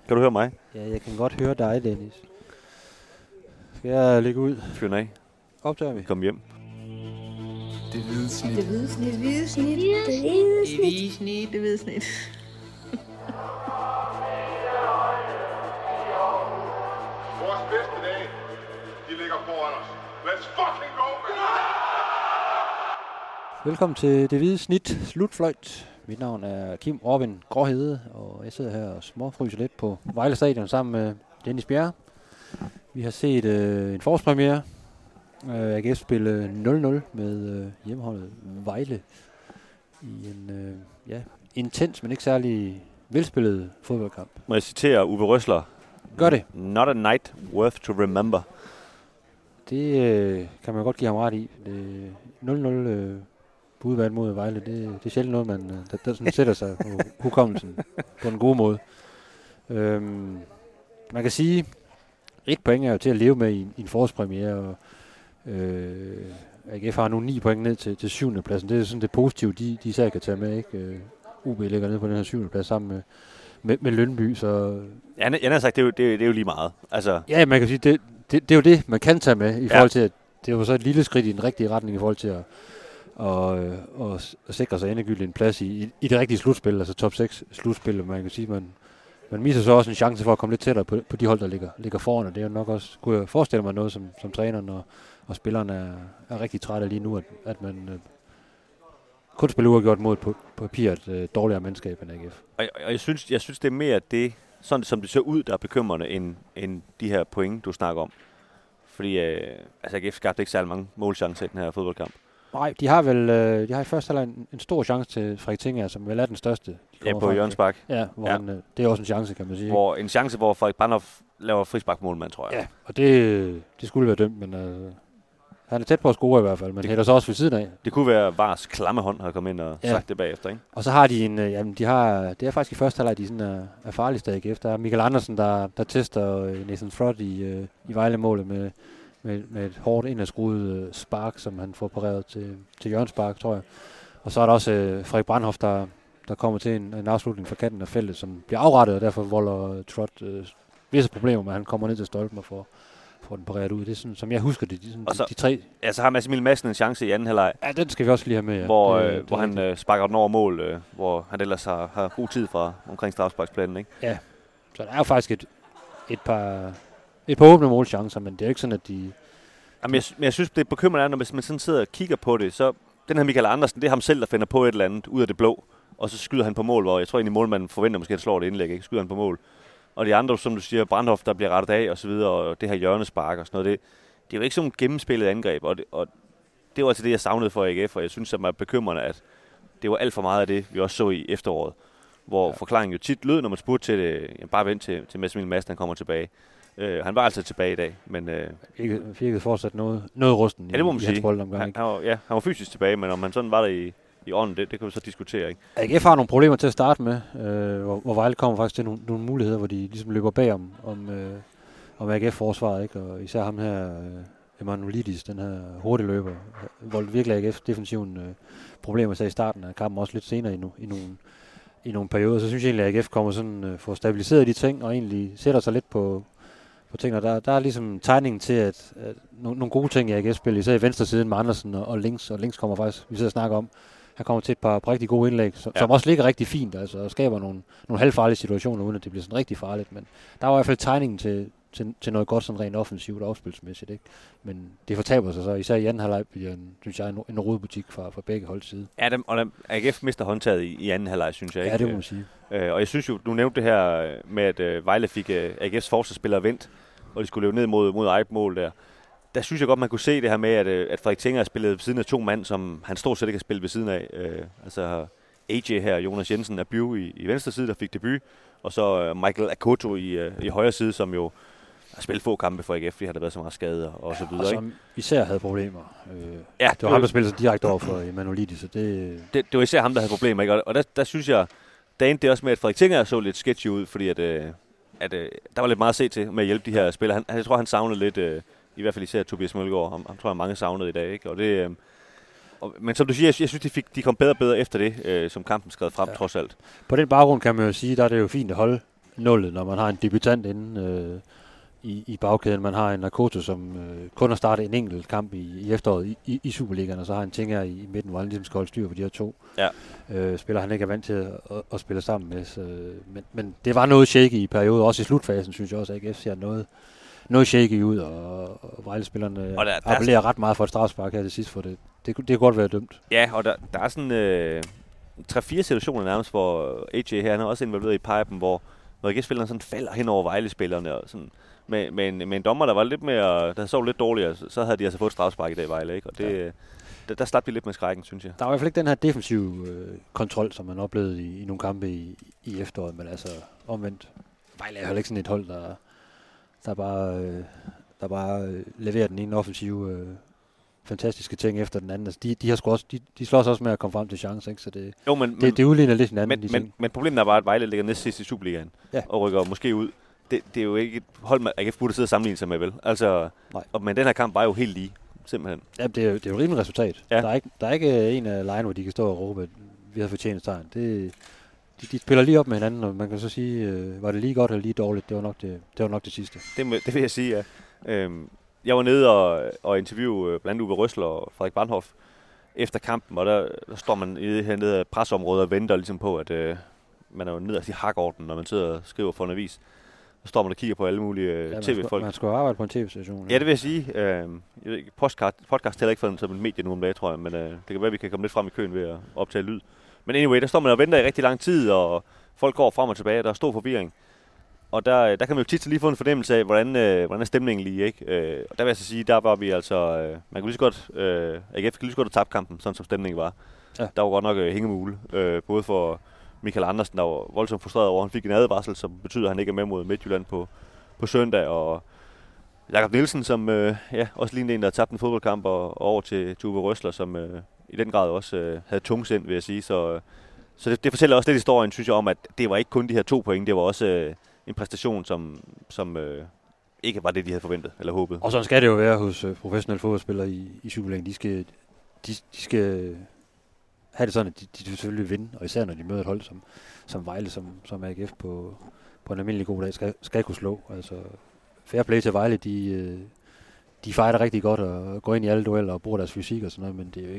Kan du høre mig? Ja, jeg kan godt høre dig, Dennis. Skal jeg lægge ud? Fyr den af. Optager vi? Kom hjem. Det hvide snit. Det hvide snit. Det hvide snit. Det hvide snit. Det hvide snit. Vores bedste dage, de ligger foran os. Let's fucking go, man! Velkommen til Det Hvide Snit Slutfløjt. Mit navn er Kim Robin Gråhede, og jeg sidder her og småfryser lidt på Vejle Stadion sammen med Dennis Bjerre. Vi har set en forårspremiere. AGF spille 0-0 med hjemmeholdet Vejle i en intens, men ikke særlig velspillet fodboldkamp. Må jeg citere Uwe Røsler? Gør det. Not a night worth to remember. Det kan man godt give ham ret i. 0-0 på udvalg mod Vejle, det er sjældent noget, der sådan sætter sig på hukommelsen på en god måde. Man kan sige, 1 point er jo til at leve med i en forårspremiere, og AGF har nu 9 point ned til 7. pladsen. Det er sådan det positive, de især kan tage med, ikke? UB ligger nede på den her 7. plads sammen med Lyngby, så... Jeg har sagt, det er jo lige meget. Altså... Ja, man kan sige, det er jo det, man kan tage med, i forhold til, at det er jo så et lille skridt i den rigtige retning, i forhold til at sikre sig endegyldigt en plads i det rigtige slutspil, altså top 6 slutspil, og man kan sige, man misser så også en chance for at komme lidt tættere på de hold, der ligger foran, og det er jo nok også, kunne jeg forestille mig noget, som træneren og spillerne er rigtig trætte lige nu, at man kun spiller uafgjort mod på papiret dårligere mandskab end AGF. Og jeg synes, det er mere det, sådan som det ser ud, der er bekymrende, end de her point, du snakker om. Fordi AGF skabte ikke særlig mange målchancer i den her fodboldkamp. Nej, de har i første halvleg en stor chance til Frederik Tinger, som vel er den største. Ja, på Jørgens Bak. Ja, det er også en chance, kan man sige. En chance, hvor Frederik Brandhoff laver frisparkmålmand, tror jeg. Ja, og det skulle være dømt, men han er tæt på at score i hvert fald, men det hætter så også ved siden af. Det kunne være Vars klamme hånd, har kommet ind og sagt det bagefter, ikke? Og så har de det er faktisk i første halvleg, de sådan er farligste AGF. Der er Michael Andersen, der tester Nathan Frott i Vejle-målet med et hårdt indadskruet spark, som han får pareret til Jørgens Bak, tror jeg. Og så er der også Frederik Brandhoff, der kommer til en afslutning fra kanten af feltet, som bliver afrettet, og derfor volder Trott visse problemer med, at han kommer ned til stolpen og får den pareret ud. Det er sådan, som jeg husker det, de tre. Ja, så har Mads Emil Madsen en chance i anden halvleg. Ja, den skal vi også lige have med. Ja. Hvor han sparker den over mål, hvor han ellers har god tid fra omkring strafsparksplanen, ikke? Ja, så der er jo faktisk et par åbne målchancer, men det er jo ikke sådan, at de... Jamen, jeg synes, det er bekymrende, når man sådan sidder og kigger på det, så den her Michael Andersen, det er ham selv, der finder på et eller andet ud af det blå, og så skyder han på mål, hvor jeg tror egentlig målmanden forventer måske, at han slår det indlæg, ikke? Skyder han på mål. Og de andre, som du siger, Brandhoff, der bliver rettet af og så videre, og det her hjørnespark og sådan noget, det er jo ikke sådan et gennemspillet angreb, og det var altså det, jeg savnede for AGF, og jeg synes, at det er bekymrende, at det var alt for meget af det, vi også så i efteråret, hvor forklaringen jo tit lød, når man spurgte til det, bare vent til Mads Emil Madsen, han kommer tilbage. Han var altså tilbage i dag, men... Fik fortsat noget rusten det må man i hans boldomgang. Han var fysisk tilbage, men om han sådan var der i ånden, det kan vi så diskutere, ikke? AGF har nogle problemer til at starte med, hvor Vejle kommer faktisk til nogle muligheder, hvor de ligesom løber bag om AGF-forsvaret, ikke? Og især ham her, Emanuelidis, den her hurtige løber, hvor virkelig AGF-defensiven problemer sig i starten af kampen, også lidt senere i nogle perioder. Så synes jeg egentlig, at AGF kommer sådan får stabiliseret de ting, og egentlig sætter sig lidt på ting, og der er ligesom tegningen til, at nogle gode ting i AGF-spil, især i venstre siden med Andersen og links kommer faktisk, vi sidder og snakker om, han kommer til et par rigtig gode indlæg, som også ligger rigtig fint, altså, og skaber nogle halvfarlige situationer, uden at det bliver sådan rigtig farligt, men der var i hvert fald tegningen til noget godt sådan rent offensivt og opspilsmæssigt, ikke? Men det fortaber sig så, især i anden halvleg bliver synes jeg, en rodebutik fra begge holds side. Ja, og AGF mister håndtaget i anden halvleg, synes jeg, ikke? Ja, det må man sige. Og jeg synes jo, du nævnte det her med, at Vejle fik AGF's forsvarsspillere vendt, og de skulle løbe ned mod eget mål der. Der synes jeg godt, man kunne se det her med, at Frederik Tinger har spillet ved siden af 2 mand, som han stort set ikke har spillet ved siden af. Altså AJ her, Jonas Jensen af Bio i venstre side, der fik debut, og så Michael Akoto i højre side, som jo har spillet få kampe for AGF, fordi har der været så meget skader og så videre. Og som især havde problemer. Det var ham, der spillede sig direkte over for Emanuelidis, så det var især ham, der havde problemer, ikke? Og der synes jeg, der endte det også med, at Frederik Tinger så lidt sketchy ud, fordi at der var lidt meget at se til med at hjælpe de her spillere. Jeg tror, han savnede lidt, i hvert fald især Tobias Mølgaard. Ham tror jeg, mange savnede i dag, ikke? Og det... men som du siger, jeg synes, de kom bedre og bedre efter det, som kampen skred frem, trods alt. På den baggrund kan man jo sige, der er det jo fint at holde nullet, når man har en debutant inde i bagkæden. Man har en Nakoto, som kun har startet en enkelt kamp i efteråret i Superligaen, og så har en Tinger i midten, hvor han ligesom skal holde styr på de her to. Ja. Spiller han ikke er vant til at spille sammen med. Så, men det var noget shaky i perioden, også i slutfasen, synes jeg også, at AGF ser noget shaky ud, og Vejle-spillerne appellerer ret meget for et strafspark her til sidst, for det kunne godt være dømt. Ja, og der er sådan 3-4 situationer nærmest, hvor AJ her, han er også involveret i pipen, hvor AGF-spillerne sådan falder hen over Vejle-spillerne, og sådan med en dommer, der var lidt mere, der så lidt dårligere, så havde de altså fået et strafspark i dag, Vejle, ikke? Og det, der slap de lidt med skrækken, synes jeg. Der var i hvert fald ikke den her defensive kontrol, som man oplevede i nogle kampe i efteråret, men altså omvendt. Vejle er jo ikke sådan et hold, der bare leverer den ene offensive fantastiske ting efter den anden. Altså, de har sgu også, de slås også med at komme frem til chancer, ikke? Så det udligner lidt hinanden. Men problemet er bare, at Vejle ligger næst sidst i Superligaen, og rykker måske ud. Det er jo ikke et hold, man AGF burde sidde og sammenligne sig med, vel? Altså, men den her kamp var jo helt lige, simpelthen. Ja, det er jo et rimeligt resultat. Ja. Der er ikke en af lejene, hvor de kan stå og råbe, at vi har fortjent tegn. De spiller lige op med hinanden, og man kan så sige, var det lige godt eller lige dårligt? Det var nok det sidste. Det vil jeg sige, ja. Jeg var nede og interviewe blandt Uwe Røsler og Frederik Brandhoff efter kampen, og der står man hernede af presseområdet og venter ligesom på, at man er jo nede af de hakorden, når man sidder og skriver for en avis. Så står man og kigger på alle mulige tv-folk. Man skal jo arbejde på en tv-station. Ja, det vil jeg sige. Jeg ved ikke, podcast tæller ikke for som en medie nu om dagen, tror jeg, men det kan være, at vi kan komme lidt frem i køen ved at optage lyd. Men anyway, der står man og venter i rigtig lang tid, og folk går frem og tilbage, der er stor forvirring. Og der kan man jo tit lige få en fornemmelse af, hvordan er stemningen lige, ikke? Og der vil jeg så sige, der var vi altså, man kunne lige så godt, AGF kan lige så godt have tabt kampen, sådan som stemningen var. Ja. Der var godt nok hængemule, både for Michael Andersen, der var voldsomt frustreret over, han fik en advarsel, som betyder, at han ikke er med mod Midtjylland på søndag, og Jakob Nielsen, som også lignede en, der havde tabt en fodboldkamp, og over til Uwe Røsler, som i den grad også havde tungsind, vil jeg sige. Så det fortæller også lidt historien, synes jeg, om, at det var ikke kun de her 2 point, det var også en præstation, som ikke var det, de havde forventet eller håbet. Og sådan skal det jo være hos professionelle fodboldspillere i Superligaen. De skal have det sådan, at de selvfølgelig vinde, og især når de møder et hold som Vejle, som AGF på en almindelig god dag skal kunne slå. Altså fair play til Vejle, de fighter rigtig godt og går ind i alle dueller og bruger deres fysik og sådan noget, men det er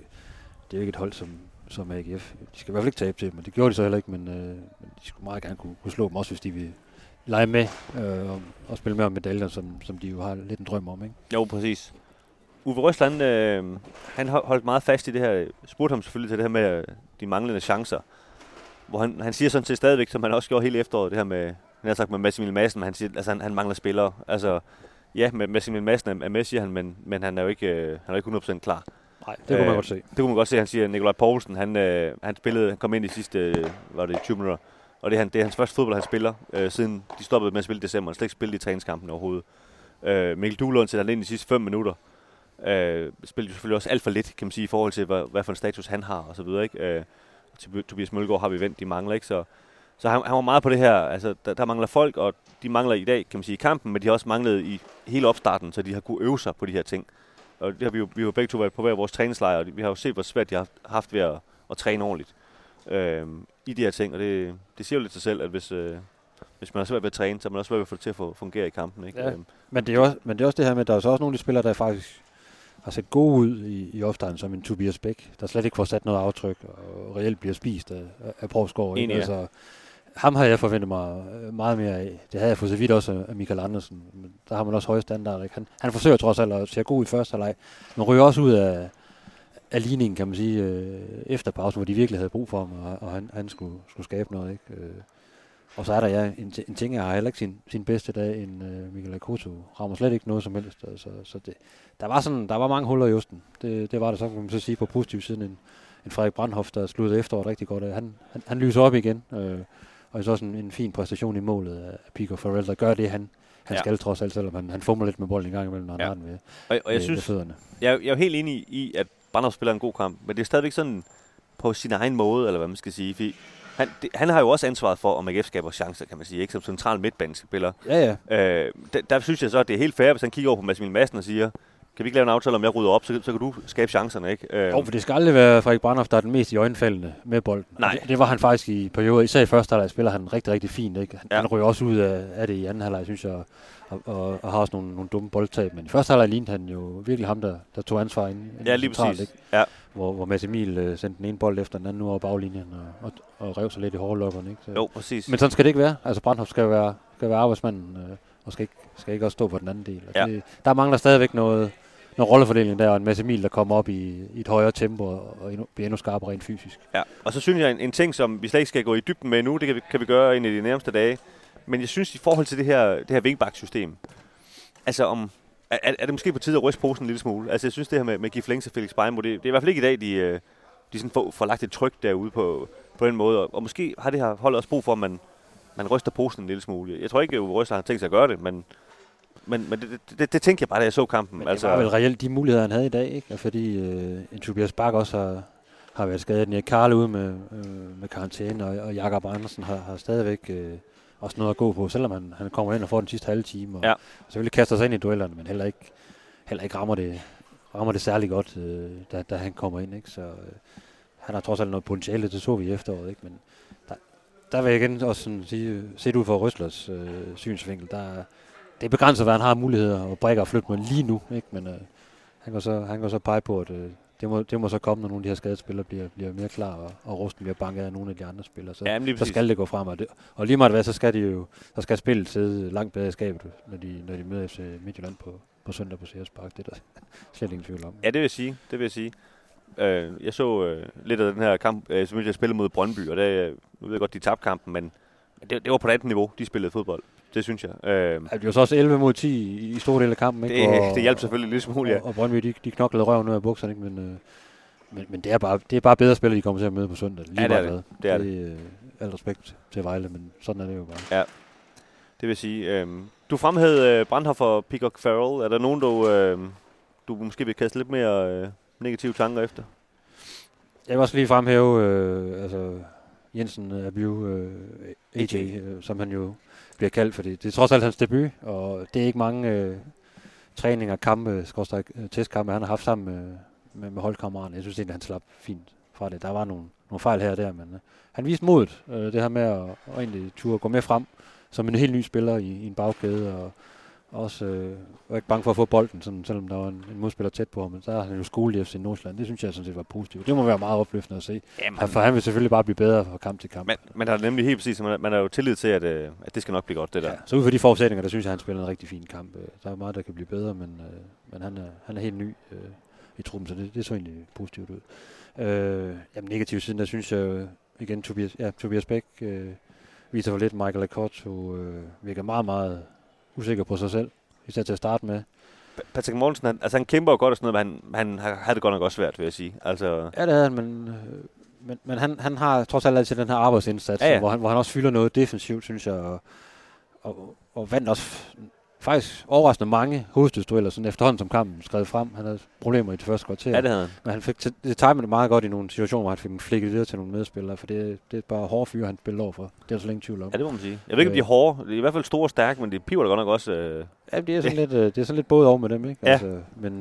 jo ikke et hold som AGF. De skal i hvert fald ikke tabe til dem, og det gjorde de så heller ikke, men de skulle meget gerne kunne slå dem, også hvis de vil lege med og spille med om medaljer, som de jo har lidt en drøm om, ikke? Jo, præcis. Uwe Røsland, han holdt meget fast i det her, spurgte ham selvfølgelig til det her med de manglende chancer, hvor han siger sådan set stadigvæk, som han også gjorde hele efteråret, det her med, han har sagt med Massimilian Madsen, men han siger, altså han mangler spillere. Altså, ja, med Massimilian Madsen er med, siger han, men han er jo ikke 100% klar. Nej, det kunne man godt se. Det kunne man godt se. Han siger, Nikolaj Poulsen, han kom ind i sidste, var det 20 minutter, og det er hans første fodbold, han spiller, siden de stoppede med at spille i december. Han slet ikke spillet i træningskampen overhovedet. Mikkel Duhlund sætter han ind i de sidste 5 minutter. Spiller jo selvfølgelig også alt for lidt, kan man sige, i forhold til, hvad for en status han har, og så videre, ikke? Til Tobias Mølgaard har vi vendt, de mangler, ikke? Så han var meget på det her, altså der mangler folk, og de mangler i dag, kan man sige, i kampen, men de har også manglet i hele opstarten, så de har kunne øve sig på de her ting. Og det har vi har begge to været på hver vores træningslejr, og vi har jo set, hvor svært de har haft ved at træne ordentligt i de her ting, og det siger jo lidt sig selv, at hvis man har svært ved at træne, så er man også svært ved at få det til at fungere i kampen, ikke? Ja, men det er også det her med, at der er så også nogle af de spillere, der faktisk har set gode ud i opstarten, som en Tobias Bæk, der slet ikke får sat noget aftryk, og reelt bliver spist af Provsgaard. Ja. Altså, ham har jeg forventet mig meget mere af. Det havde jeg for så vidt også af Michael Andersen. Men der har man også høje standarder. Ikke? Han forsøger trods alt at se god i første halvleg, men ryger også ud af ligningen, kan man sige, efter pausen, hvor de virkelig havde brug for ham, og han skulle skabe noget. Ikke? Og så er der en ting, jeg har heller ikke sin bedste dag, end Michael Akoto rammer slet ikke noget som helst. Altså, så der var mange huller i osten. Det var der, så kan man så sige, på positiv siden en Frederik Brandhoff, der sluttede efteråret rigtig godt. Han lyser op igen, og så også en fin præstation i målet af Pico Farrell, der gør det, han skal trods alt, selvom han fumler lidt med bolden en gang imellem, når han har den og jeg synes, fødderne. Jeg er jo helt enig i, at Brandhoff spiller en god kamp, men det er stadigvæk sådan på sin egen måde, eller hvad man skal sige, fordi han har jo også ansvaret for, om AGF skaber chancer, kan man sige, ikke, som central midtbanespiller. Ja. Der synes jeg så, at det er helt fair, hvis han kigger over på Massimilian Madsen og siger, Kan vi ikke lave en aftale om, jeg rydder op, så kan du skabe chancerne, ikke? Jo, for det skal aldrig være Frederik Brandhoff, der er den mest i øjenfaldende med bolden. Nej. Det var han faktisk i perioder. Især i første halvleg spiller han rigtig, rigtig fint. Ikke? Han ryger også ud af det i anden halvleg, synes jeg, og har også nogle dumme boldtab. Men i første halvleg lignede han jo virkelig ham, der tog ansvar inde ja, lige centralt, præcis. Ikke? Ja. Hvor Mads Emil sendte den ene bold efter den anden nu over baglinjen og rev sig lidt i hårlokkerne. Ikke? Så. Jo, præcis. Men sådan skal det ikke være. Altså Brandhoff skal være arbejdsmanden og skal ikke også stå på den anden del. Ja. Der mangler stadigvæk noget rollefordeling der, og en masse Emil, der kommer op i et højere tempo og bliver endnu skarpere rent fysisk. Ja, og så synes jeg en ting, som vi slet ikke skal gå i dybden med nu, det kan vi gøre ind i de nærmeste dage. Men jeg synes i forhold til det her wingback-system, altså er det måske på tide at ryste posen en lille smule. Altså jeg synes det her med Gif Links og Felix Beijmo, det er i hvert fald ikke i dag, de sådan får lagt et tryk derude på den måde. Og måske har det her hold også brug for, at man ryster posen en lille smule. Jeg tror ikke, at Uwe Røsler har tænkt sig at gøre det, men det tænkte jeg bare, da jeg så kampen. Men det var vel reelt de muligheder, han havde i dag, ikke? Fordi en Tobias Bak også har været skadet. Erik Karle ude med karantæne, og Jakob Andersen har stadigvæk også noget at gå på, selvom han kommer ind og får den sidste halve time. Og selvfølgelig kaster sig ind i duellerne, men heller ikke rammer det særlig godt, da han kommer ind. Ikke? Så han har trods alt noget potentiale, det så vi i efteråret. Ikke? Men der vil jeg igen også sådan sige, set ud fra Røslers synsvinkel, det er begrænset, hvad han har muligheder og brækker og flytte med lige nu, ikke? Men han kan så pege på, at det må så komme, når nogle af de her skadespillere bliver mere klar, og Rusten bliver banket af nogle af de andre spillere. Så skal det gå frem. Og lige meget hvad, så skal spillet sidde langt bedre i skabet, når de møder FC Midtjylland på søndag på CS Park. Det er der slet ingen tvivl om. Ja, det vil jeg sige. Jeg så lidt af den her kamp, som jeg spillede mod Brøndby, og nu ved jeg godt, de tabte kampen, men det var på et andet niveau, de spillede fodbold. Det synes jeg. Det var så også 11 mod 10 i store dele af kampen. Ikke? Det hjalp selvfølgelig lidt smule, ja. Og Brøndby, de knoklede røven ud af bukserne, ikke? Men det er bare bedre spillere, de kommer til at møde på søndag. Lige det er det. Det er alt respekt til Vejle, men sådan er det jo bare. Ja, det vil sige. Du fremhævede Brandhoff og Peacock Farrell. Er der nogen, du måske vil kaste lidt mere negative tanker efter? Jeg vil også lige fremhæve Jensen Abiu, AJ, som han jo bliver kaldt, fordi det er trods alt hans debut, og det er ikke mange træninger, kampe, testkampe, han har haft sammen med holdkammeraterne. Jeg synes egentlig, han slap fint fra det. Der var nogle fejl her og der, men han viste modet, det her med at egentlig turde gå med frem som en helt ny spiller i en bagkæde, og også var ikke bange for at få bolden, sådan, selvom der var en modspiller tæt på ham. Men der er han jo skole i FC Nordsjælland. Det synes jeg sådan set var positivt. Det må være meget opløftende at se. Jamen, for han vil selvfølgelig bare blive bedre fra kamp til kamp. Men der er nemlig helt præcis, man har jo tillid til, at det skal nok blive godt, det der. Ja, så ud fra de forudsætninger, der synes jeg, han spiller en rigtig fin kamp. Der er meget, der kan blive bedre, men han er helt ny i truppen, så det så egentlig positivt ud. Jamen negativt siden, der synes jeg igen, Tobias Bæk viser for lidt. Michael Lacorto virker meget, meget usikker på sig selv, især til at starte med. Patrick Mortensen, han kæmper jo godt og sådan noget, men han har det godt nok også svært, vil jeg sige. Altså... Ja, det er han, men han har trods alt altid den her arbejdsindsats, ja. Hvor han også fylder noget defensivt, synes jeg, og vandt også faktisk overraskende mange hovedstødsdueller, sådan efterhånden som kampen skrev frem. Han havde problemer i det første kvarter. Ja, det havde han. Men han fik det timede det meget godt i nogle situationer, hvor han fik flikket videre til nogle medspillere, for det er bare hårde fyre, han spiller overfor. Det er så længe tvivl om. Ja, det må man sige. Jeg ved ikke, om de er hårde. De er i hvert fald store og stærke, men det piver da godt nok også. Ja, det er sådan lidt, det er sådan lidt både over med dem, ikke? Ja. Altså, men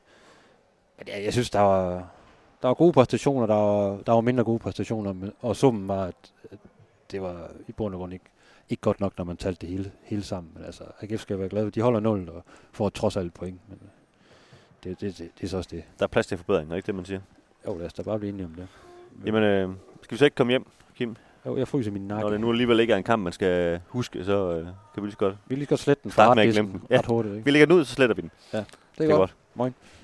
jeg synes, der var gode præstationer, der var mindre gode præstationer, og summen var, at det var i bund og grund ikke godt nok, når man talte det hele sammen. Men altså, AGF skal være glade. De holder 0 og får trods alt point. Men det er så også det. Der er plads til forbedring, er ikke det, man siger? Jo, lad os da bare blive enige om det. Jamen, skal vi så ikke komme hjem, Kim? Jo, jeg fryser min nakke. Når det nu alligevel ikke er en kamp, man skal huske, så kan vi lige så godt... Vi lige godt slette den fra hardisken ret hurtigt. Ikke? Vi lægger den ud, så sletter vi den. Ja, det er godt. Moin.